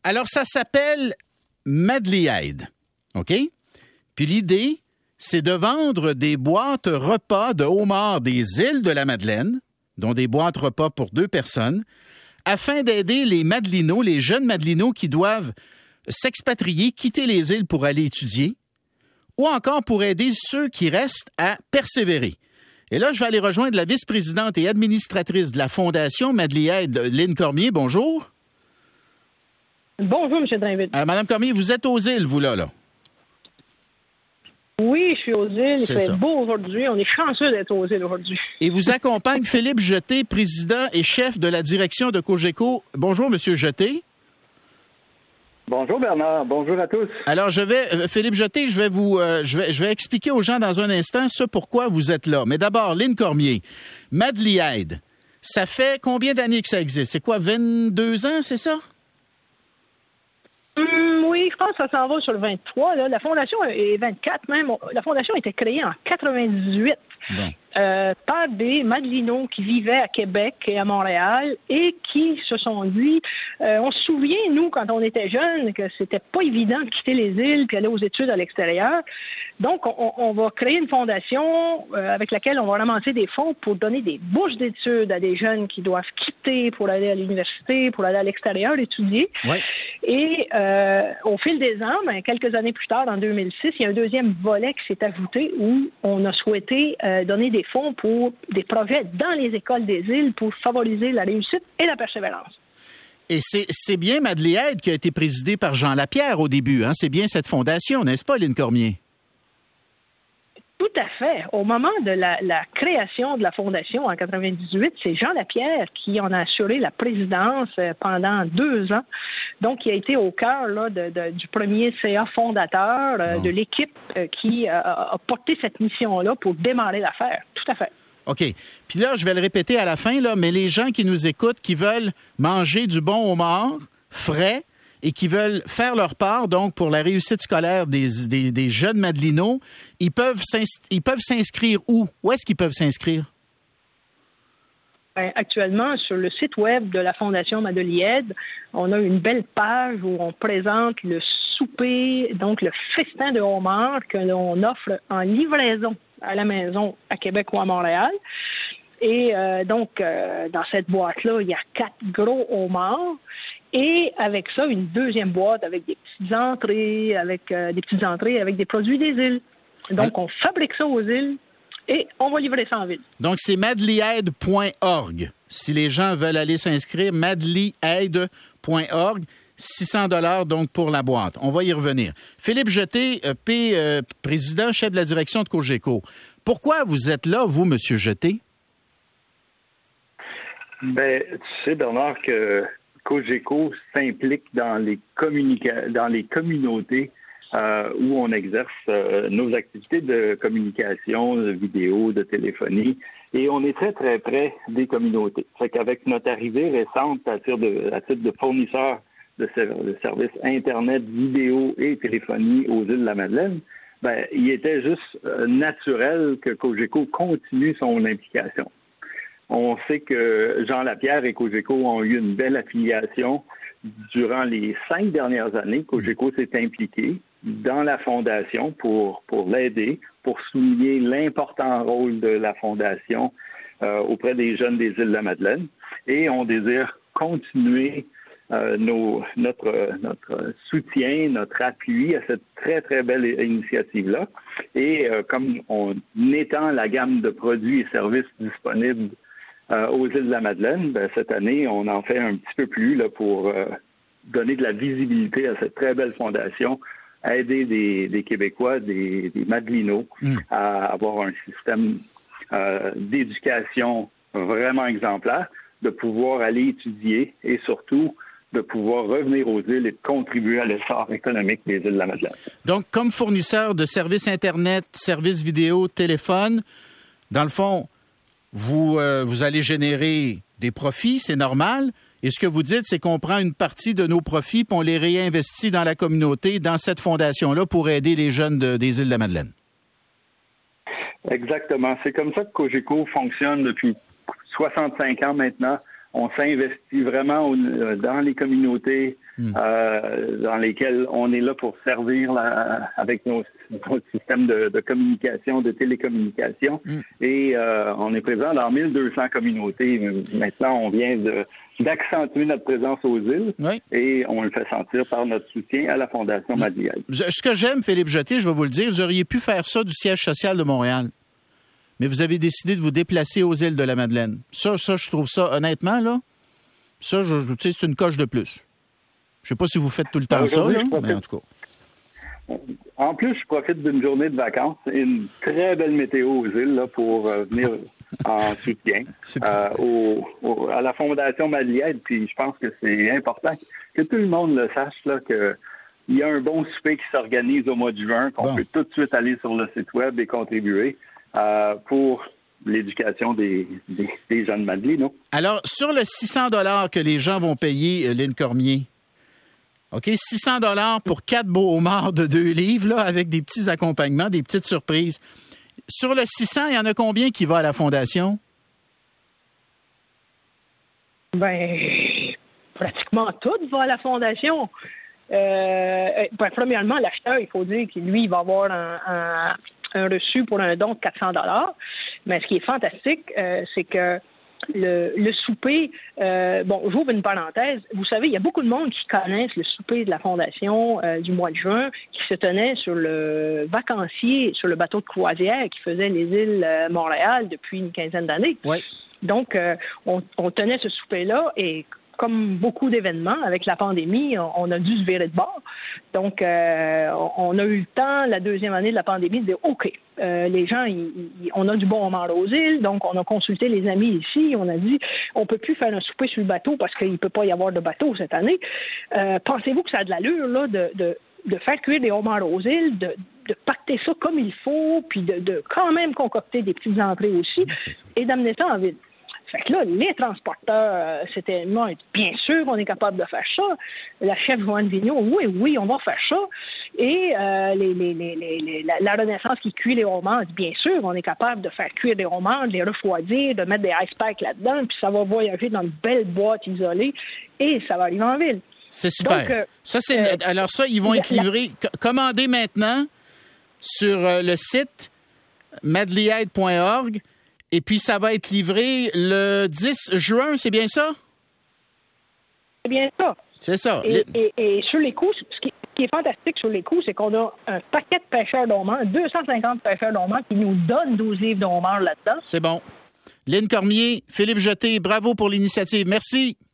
Alors, ça s'appelle Madliaid, OK? Puis l'idée, c'est de vendre des boîtes repas de homards des îles de la Madeleine, dont des boîtes repas pour 2 personnes, afin d'aider les Madelinots, les jeunes Madelinots qui doivent s'expatrier, quitter les îles pour aller étudier, ou encore pour aider ceux qui restent à persévérer. Et là, je vais aller rejoindre la vice-présidente et administratrice de la Fondation Madliaid, Lynne Cormier. Bonjour. Bonjour, M. Drainville. Madame Cormier, vous êtes aux îles, vous, là? Oui, je suis aux îles. Il fait beau aujourd'hui. On est chanceux d'être aux îles aujourd'hui. Et vous accompagne Philippe Jeté, président et chef de la direction de Cogeco. Bonjour, M. Jeté. Bonjour Bernard, bonjour à tous. Alors Philippe Jeté, je vais expliquer aux gens dans un instant ce pourquoi vous êtes là. Mais d'abord, Lynne Cormier, Madliaid, ça fait combien d'années que ça existe? C'est quoi, 22 ans, c'est ça? Oui, je pense que ça s'en va sur le 23. Là. La Fondation est 24 même. La Fondation a été créée en 98 par des Madelinots qui vivaient à Québec et à Montréal et qui se sont dit, on se souvient, nous, quand on était jeunes, que c'était pas évident de quitter les îles puis aller aux études à l'extérieur. Donc, on va créer une fondation avec laquelle on va ramasser des fonds pour donner des bourses d'études à des jeunes qui doivent quitter pour aller à l'université, pour aller à l'extérieur étudier. Ouais. Et au fil des ans, quelques années plus tard, en 2006, il y a un deuxième volet qui s'est ajouté où on a souhaité donner des fonds pour des projets dans les écoles des îles pour favoriser la réussite et la persévérance. Et c'est bien Madliaid qui a été présidée par Jean Lapierre au début, hein? C'est bien cette fondation, n'est-ce pas, Lynne Cormier? Tout à fait. Au moment de la création de la Fondation en 98, c'est Jean Lapierre qui en a assuré la présidence pendant 2 ans. Donc, il a été au cœur là, du premier CA fondateur, de l'équipe qui a porté cette mission-là pour démarrer l'affaire. Tout à fait. OK. Puis là, je vais le répéter à la fin, là, mais les gens qui nous écoutent, qui veulent manger du bon homard, frais, et qui veulent faire leur part, donc, pour la réussite scolaire des jeunes Madelinots, ils peuvent s'inscrire où? Où est-ce qu'ils peuvent s'inscrire? Actuellement, sur le site web de la Fondation Madliaid, on a une belle page où on présente le souper, donc le festin de homard que l'on offre en livraison à la maison à Québec ou à Montréal. Et dans cette boîte-là, il y a 4 gros homards. Et avec ça, une deuxième boîte avec des petites entrées, avec des produits des îles. Donc, on fabrique ça aux îles et on va livrer ça en ville. Donc, c'est madliaid.org. Si les gens veulent aller s'inscrire, madliaid.org. $600 donc pour la boîte. On va y revenir. Philippe Jeté, président, chef de la direction de Cogeco. Pourquoi vous êtes là, vous, M. Jeté? Bien, tu sais, Bernard, que Cogeco s'implique dans les communautés où on exerce nos activités de communication, de vidéo, de téléphonie, et on est très, très près des communautés. Fait qu'avec notre arrivée récente à titre de fournisseur de services Internet, vidéo et téléphonie aux îles de la Madeleine, ben, il était juste naturel que Cogeco continue son implication. On sait que Jean Lapierre et Cogeco ont eu une belle affiliation. Durant les 5 dernières années, Cogeco s'est impliqué dans la Fondation pour l'aider, pour souligner l'important rôle de la Fondation auprès des jeunes des îles de la Madeleine. Et on désire continuer notre soutien, notre appui à cette très, très belle initiative-là. Et comme on étend la gamme de produits et services disponibles aux îles de la Madeleine, ben, cette année, on en fait un petit peu plus là, pour donner de la visibilité à cette très belle fondation, aider des Québécois, des Madelinots à avoir un système d'éducation vraiment exemplaire, de pouvoir aller étudier et surtout de pouvoir revenir aux îles et de contribuer à l'essor économique des îles de la Madeleine. Donc, comme fournisseur de services Internet, services vidéo, téléphone, dans le fond, vous allez générer des profits, c'est normal. Et ce que vous dites, c'est qu'on prend une partie de nos profits puis on les réinvestit dans la communauté, dans cette fondation-là, pour aider les jeunes des îles de la Madeleine. Exactement. C'est comme ça que Cogeco fonctionne depuis 65 ans maintenant. on s'investit vraiment dans les communautés dans lesquelles on est là pour servir avec nos systèmes de communication, de télécommunication. Et on est présent dans 1200 communautés. Maintenant, on vient d'accentuer notre présence aux îles et on le fait sentir par notre soutien à la Fondation Madeleine. Ce que j'aime, Philippe Jeté, je vais vous le dire, vous auriez pu faire ça du siège social de Montréal. Mais vous avez décidé de vous déplacer aux îles de la Madeleine. Ça, je trouve ça, honnêtement, là, ça, c'est une coche de plus. Je sais pas si vous faites tout le temps ça, là, mais en tout cas. En plus, je profite d'une journée de vacances et une très belle météo aux îles là, pour venir en soutien à la Fondation Madeleine. Puis je pense que c'est important que tout le monde le sache, là, que il y a un bon souper qui s'organise au mois de juin, qu'on peut tout de suite aller sur le site web et contribuer pour l'éducation des jeunes Madeleine. Alors, sur le 600 $ que les gens vont payer, Lynn Cormier, OK, 600 $ pour 4 beaux homards de 2 livres, là, avec des petits accompagnements, des petites surprises. Sur le 600, il y en a combien qui va à la Fondation? Pratiquement tout va à la Fondation. Premièrement, l'acheteur, il faut dire que lui, il va avoir un reçu pour un don de 400 $. Mais ce qui est fantastique, c'est que le souper, j'ouvre une parenthèse. Vous savez, il y a beaucoup de monde qui connaissent le souper de la Fondation du mois de juin qui se tenait sur le vacancier, sur le bateau de croisière qui faisait les îles Montréal depuis une quinzaine d'années. Oui. Donc, on tenait ce souper-là et comme beaucoup d'événements, avec la pandémie, on a dû se virer de bord. Donc, on a eu le temps, la deuxième année de la pandémie, de dire, OK, les gens, on a du bon homard aux îles, donc on a consulté les amis ici, on a dit, on peut plus faire un souper sur le bateau parce qu'il peut pas y avoir de bateau cette année. Pensez-vous que ça a de l'allure, là, de faire cuire des homards aux îles, de pacter ça comme il faut, puis de quand même concocter des petites entrées aussi, et d'amener ça en ville. Fait que là, les transporteurs, c'était, bien sûr, on est capable de faire ça. La chef Joanne Vigneault, oui, on va faire ça. Et la Renaissance qui cuit les homards, bien sûr, on est capable de faire cuire des homards, de les refroidir, de mettre des ice packs là-dedans, puis ça va voyager dans une belle boîte isolée et ça va arriver en ville. C'est super. Donc, alors ça, ils vont être livrés. Commandez maintenant sur le site madeleine.org. Et puis, ça va être livré le 10 juin, c'est bien ça? C'est bien ça. C'est ça. Et sur les coûts, ce qui est fantastique sur les coûts, c'est qu'on a un paquet de pêcheurs d'homards, 250 pêcheurs d'homards qui nous donnent 12 livres d'homards là-dedans. C'est bon. Lynn Cormier, Philippe Jeté, bravo pour l'initiative. Merci.